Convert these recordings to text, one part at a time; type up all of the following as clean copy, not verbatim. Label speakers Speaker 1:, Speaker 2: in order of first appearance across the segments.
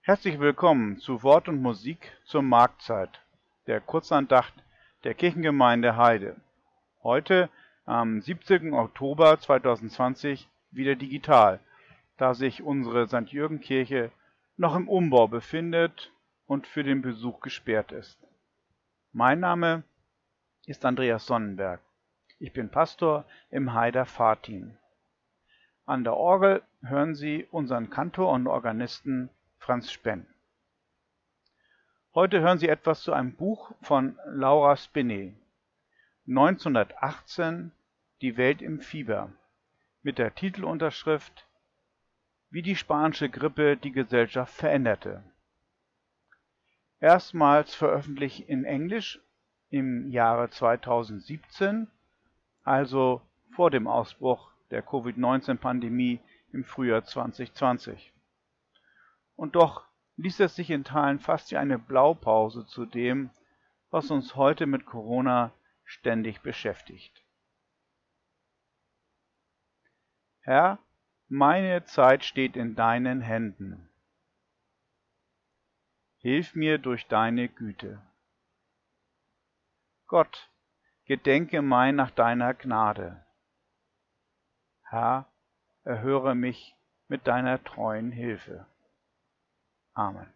Speaker 1: Herzlich willkommen zu Wort und Musik zur Marktzeit, der Kurzandacht der Kirchengemeinde Heide. Heute, am 17. Oktober 2020, wieder digital, da sich unsere St. Jürgen-Kirche noch im Umbau befindet und für den Besuch gesperrt ist. Mein Name ist Andreas Sonnenberg. Ich bin Pastor im Heider Pfarrteam. An der Orgel hören Sie unseren Kantor und Organisten Franz Spenn. Heute hören Sie etwas zu einem Buch von Laura Spinney, 1918, Die Welt im Fieber, mit der Titelunterschrift Wie die spanische Grippe die Gesellschaft veränderte. Erstmals veröffentlicht in Englisch im Jahre 2017, also vor dem Ausbruch der Covid-19-Pandemie im Frühjahr 2020. Und doch ließ es sich in Teilen fast wie eine Blaupause zu dem, was uns heute mit Corona ständig beschäftigt. Herr, meine Zeit steht in deinen Händen. Hilf mir durch deine Güte. Gott, gedenke mein nach deiner Gnade. Herr, erhöre mich mit deiner treuen Hilfe. Amen.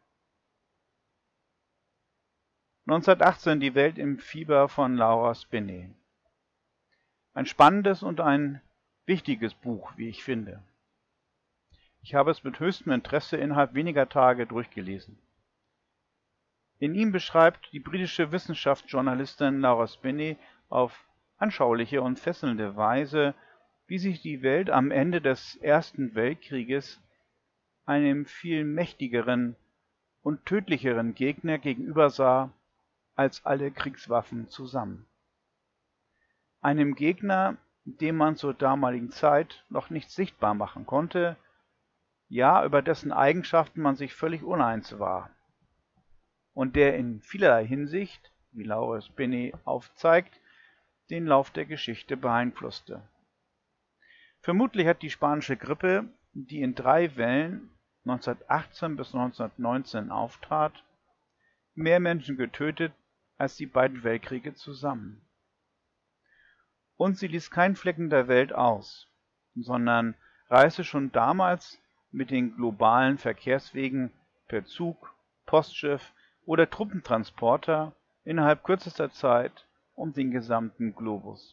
Speaker 1: 1918 Die Welt im Fieber von Laura Spinney. Ein spannendes und ein wichtiges Buch, wie ich finde. Ich habe es mit höchstem Interesse innerhalb weniger Tage durchgelesen. In ihm beschreibt die britische Wissenschaftsjournalistin Laura Spinney auf anschauliche und fesselnde Weise, wie sich die Welt am Ende des Ersten Weltkrieges einem viel mächtigeren und tödlicheren Gegner gegenübersah als alle Kriegswaffen zusammen. Einem Gegner, dem man zur damaligen Zeit noch nicht sichtbar machen konnte, ja, über dessen Eigenschaften man sich völlig uneins war, und der in vielerlei Hinsicht, wie Laura Spinney aufzeigt, den Lauf der Geschichte beeinflusste. Vermutlich hat die spanische Grippe, die in 3 Wellen 1918 bis 1919 auftrat, mehr Menschen getötet als die beiden Weltkriege zusammen. Und sie ließ keinen Flecken der Welt aus, sondern reiste schon damals mit den globalen Verkehrswegen per Zug, Postschiff oder Truppentransporter innerhalb kürzester Zeit um den gesamten Globus.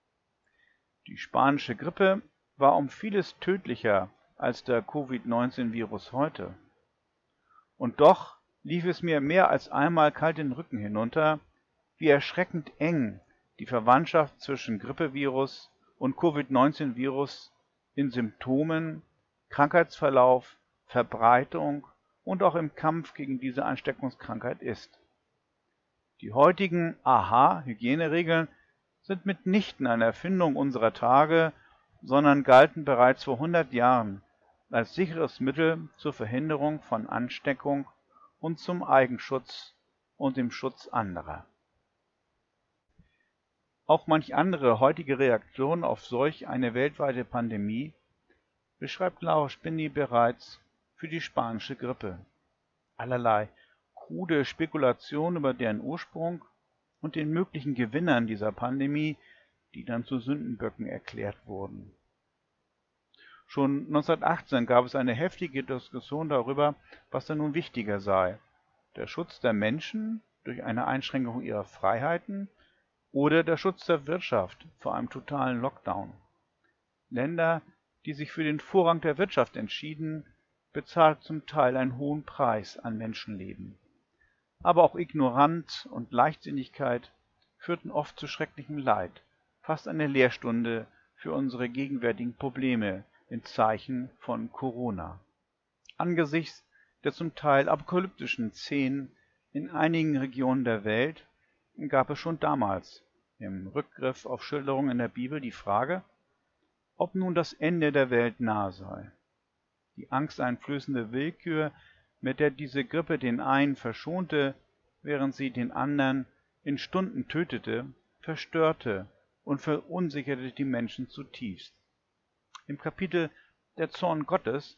Speaker 1: Die spanische Grippe war um vieles tödlicher als der Covid-19-Virus heute. Und doch lief es mir mehr als einmal kalt den Rücken hinunter, wie erschreckend eng die Verwandtschaft zwischen Grippevirus und Covid-19-Virus in Symptomen, Krankheitsverlauf, Verbreitung und auch im Kampf gegen diese Ansteckungskrankheit ist. Die heutigen Hygieneregeln sind mitnichten eine Erfindung unserer Tage, sondern galten bereits vor 100 Jahren als sicheres Mittel zur Verhinderung von Ansteckung und zum Eigenschutz und dem Schutz anderer. Auch manch andere heutige Reaktion auf solch eine weltweite Pandemie beschreibt Laura Spinney bereits für die spanische Grippe. Allerlei krude Spekulationen über deren Ursprung und den möglichen Gewinnern dieser Pandemie, die dann zu Sündenböcken erklärt wurden. Schon 1918 gab es eine heftige Diskussion darüber, was denn nun wichtiger sei: der Schutz der Menschen durch eine Einschränkung ihrer Freiheiten oder der Schutz der Wirtschaft vor einem totalen Lockdown. Länder, die sich für den Vorrang der Wirtschaft entschieden, bezahlten zum Teil einen hohen Preis an Menschenleben. Aber auch Ignoranz und Leichtsinnigkeit führten oft zu schrecklichem Leid, fast eine Lehrstunde für unsere gegenwärtigen Probleme in Zeichen von Corona. Angesichts der zum Teil apokalyptischen Szenen in einigen Regionen der Welt gab es schon damals im Rückgriff auf Schilderungen in der Bibel die Frage, ob nun das Ende der Welt nahe sei. Die angsteinflößende Willkür, mit der diese Grippe den einen verschonte, während sie den anderen in Stunden tötete, verstörte und verunsicherte die Menschen zutiefst. Im Kapitel Der Zorn Gottes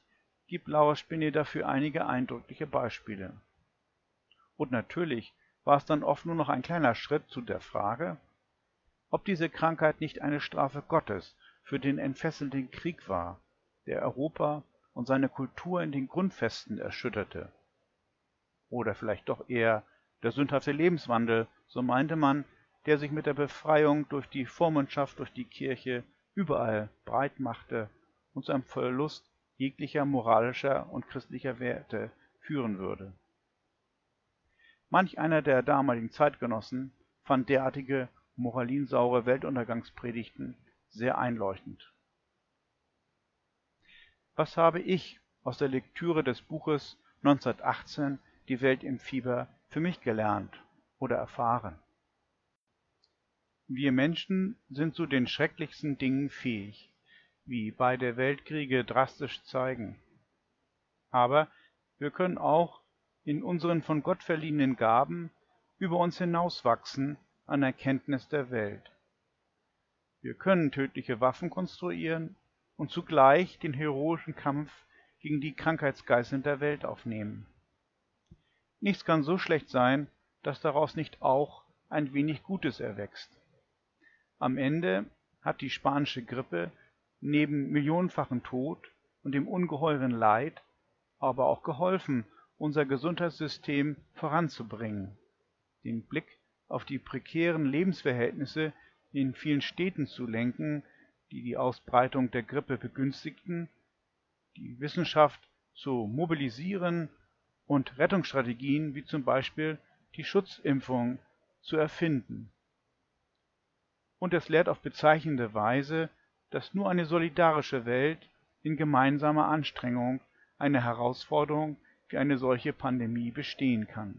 Speaker 1: gibt Laura Spinne dafür einige eindrückliche Beispiele. Und natürlich war es dann oft nur noch ein kleiner Schritt zu der Frage, ob diese Krankheit nicht eine Strafe Gottes für den entfesselten Krieg war, der Europa und seine Kultur in den Grundfesten erschütterte. Oder vielleicht doch eher der sündhafte Lebenswandel, so meinte man, der sich mit der Befreiung durch die Vormundschaft durch die Kirche überall breit machte und zu einem Verlust jeglicher moralischer und christlicher Werte führen würde. Manch einer der damaligen Zeitgenossen fand derartige moralinsaure Weltuntergangspredigten sehr einleuchtend. Was habe ich aus der Lektüre des Buches 1918 Die Welt im Fieber für mich gelernt oder erfahren? Wir Menschen sind zu den schrecklichsten Dingen fähig, wie beide Weltkriege drastisch zeigen. Aber wir können auch in unseren von Gott verliehenen Gaben über uns hinauswachsen an Erkenntnis der Welt. Wir können tödliche Waffen konstruieren und zugleich den heroischen Kampf gegen die Krankheitsgeißeln der Welt aufnehmen. Nichts kann so schlecht sein, dass daraus nicht auch ein wenig Gutes erwächst. Am Ende hat die spanische Grippe neben millionenfachen Tod und dem ungeheuren Leid aber auch geholfen, unser Gesundheitssystem voranzubringen, den Blick auf die prekären Lebensverhältnisse in vielen Städten zu lenken, die die Ausbreitung der Grippe begünstigten, die Wissenschaft zu mobilisieren und Rettungsstrategien wie zum Beispiel die Schutzimpfung zu erfinden. Und es lehrt auf bezeichnende Weise, dass nur eine solidarische Welt in gemeinsamer Anstrengung eine Herausforderung wie eine solche Pandemie bestehen kann.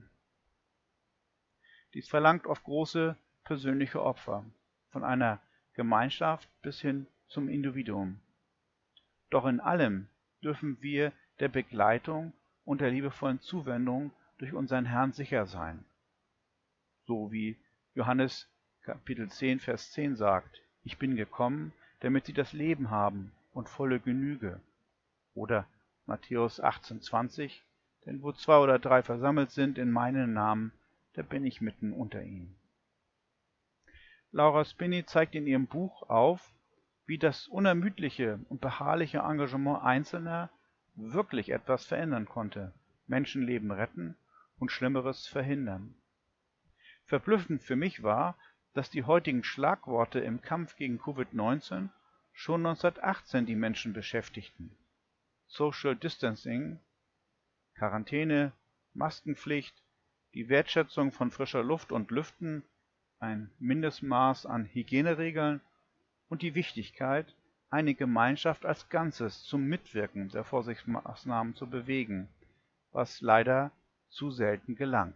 Speaker 1: Dies verlangt oft große persönliche Opfer, von einer Gemeinschaft bis hin zum Individuum. Doch in allem dürfen wir der Begleitung und der liebevollen Zuwendung durch unseren Herrn sicher sein. So wie Johannes Kapitel 10, Vers 10 sagt, ich bin gekommen, damit sie das Leben haben und volle Genüge. Oder Matthäus 18,20, denn wo 2 oder 3 versammelt sind in meinem Namen, da bin ich mitten unter ihnen. Laura Spinne zeigt in ihrem Buch auf, wie das unermüdliche und beharrliche Engagement Einzelner wirklich etwas verändern konnte, Menschenleben retten und Schlimmeres verhindern. Verblüffend für mich war, dass die heutigen Schlagworte im Kampf gegen Covid-19 schon 1918 die Menschen beschäftigten. Social Distancing, Quarantäne, Maskenpflicht, die Wertschätzung von frischer Luft und Lüften, ein Mindestmaß an Hygieneregeln und die Wichtigkeit, eine Gemeinschaft als Ganzes zum Mitwirken der Vorsichtsmaßnahmen zu bewegen, was leider zu selten gelang.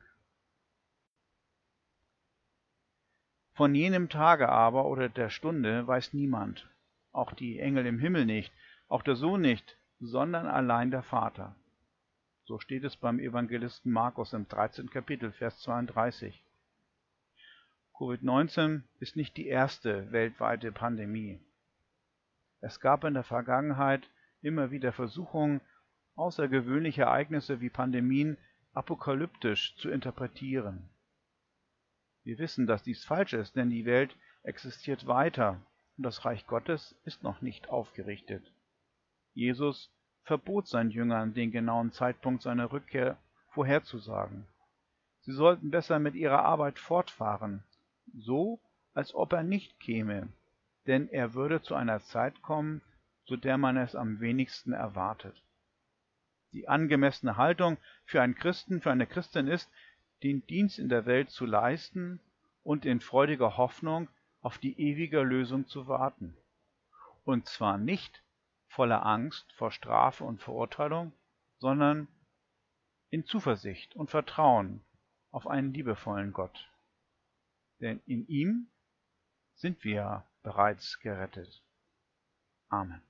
Speaker 1: Von jenem Tage aber oder der Stunde weiß niemand, auch die Engel im Himmel nicht, auch der Sohn nicht, sondern allein der Vater. So steht es beim Evangelisten Markus im 13. Kapitel, Vers 32. Covid-19 ist nicht die erste weltweite Pandemie. Es gab in der Vergangenheit immer wieder Versuchungen, außergewöhnliche Ereignisse wie Pandemien apokalyptisch zu interpretieren. Wir wissen, dass dies falsch ist, denn die Welt existiert weiter und das Reich Gottes ist noch nicht aufgerichtet. Jesus verbot seinen Jüngern, den genauen Zeitpunkt seiner Rückkehr vorherzusagen. Sie sollten besser mit ihrer Arbeit fortfahren, so als ob er nicht käme, denn er würde zu einer Zeit kommen, zu der man es am wenigsten erwartet. Die angemessene Haltung für einen Christen, für eine Christin ist, den Dienst in der Welt zu leisten und in freudiger Hoffnung auf die ewige Lösung zu warten. Und zwar nicht voller Angst vor Strafe und Verurteilung, sondern in Zuversicht und Vertrauen auf einen liebevollen Gott. Denn in ihm sind wir bereits gerettet. Amen.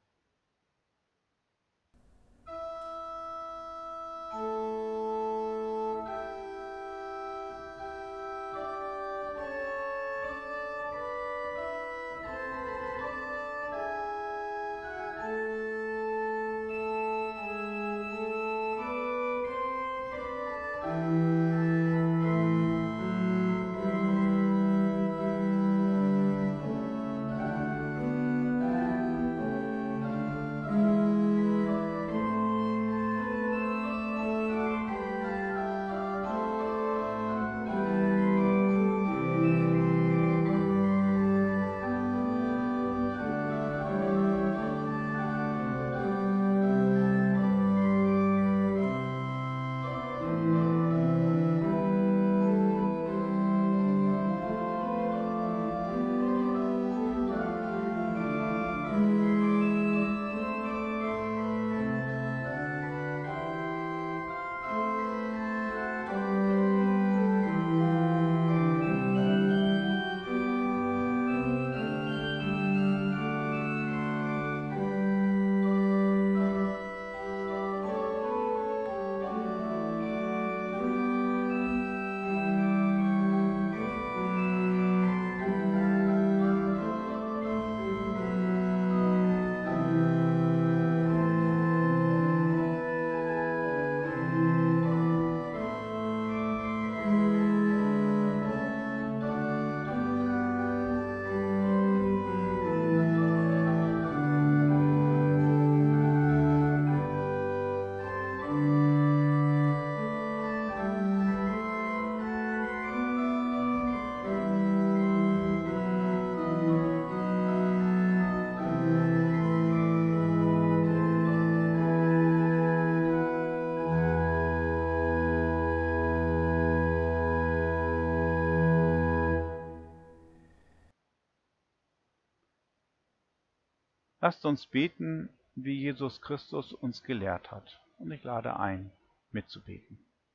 Speaker 1: Lasst uns beten, wie Jesus Christus uns gelehrt hat. Und ich lade ein, mitzubeten.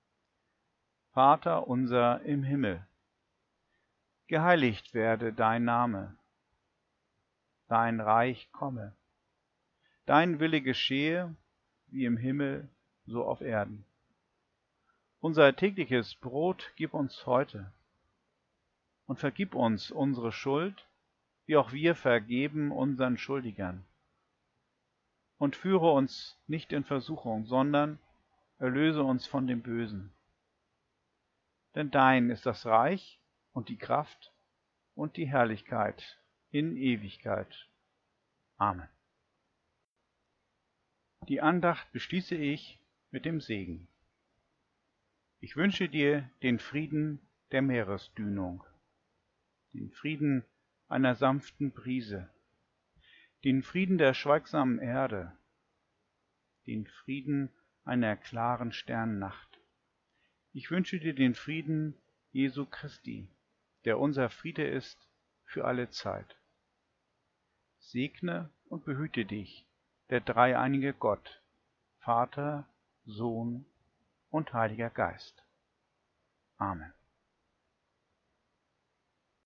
Speaker 1: Vater unser im Himmel, geheiligt werde dein Name, dein Reich komme, dein Wille geschehe, wie im Himmel, so auf Erden. Unser tägliches Brot gib uns heute und vergib uns unsere Schuld, wie auch wir vergeben unseren Schuldigern. Und führe uns nicht in Versuchung, sondern erlöse uns von dem Bösen. Denn dein ist das Reich und die Kraft und die Herrlichkeit in Ewigkeit. Amen. Die Andacht beschließe ich mit dem Segen. Ich wünsche dir den Frieden der Meeresdünung, den Frieden einer sanften Brise, den Frieden der schweigsamen Erde, den Frieden einer klaren Sternennacht. Ich wünsche dir den Frieden Jesu Christi, der unser Friede ist für alle Zeit. Segne und behüte dich der dreieinige Gott, Vater, Sohn und Heiliger Geist. Amen.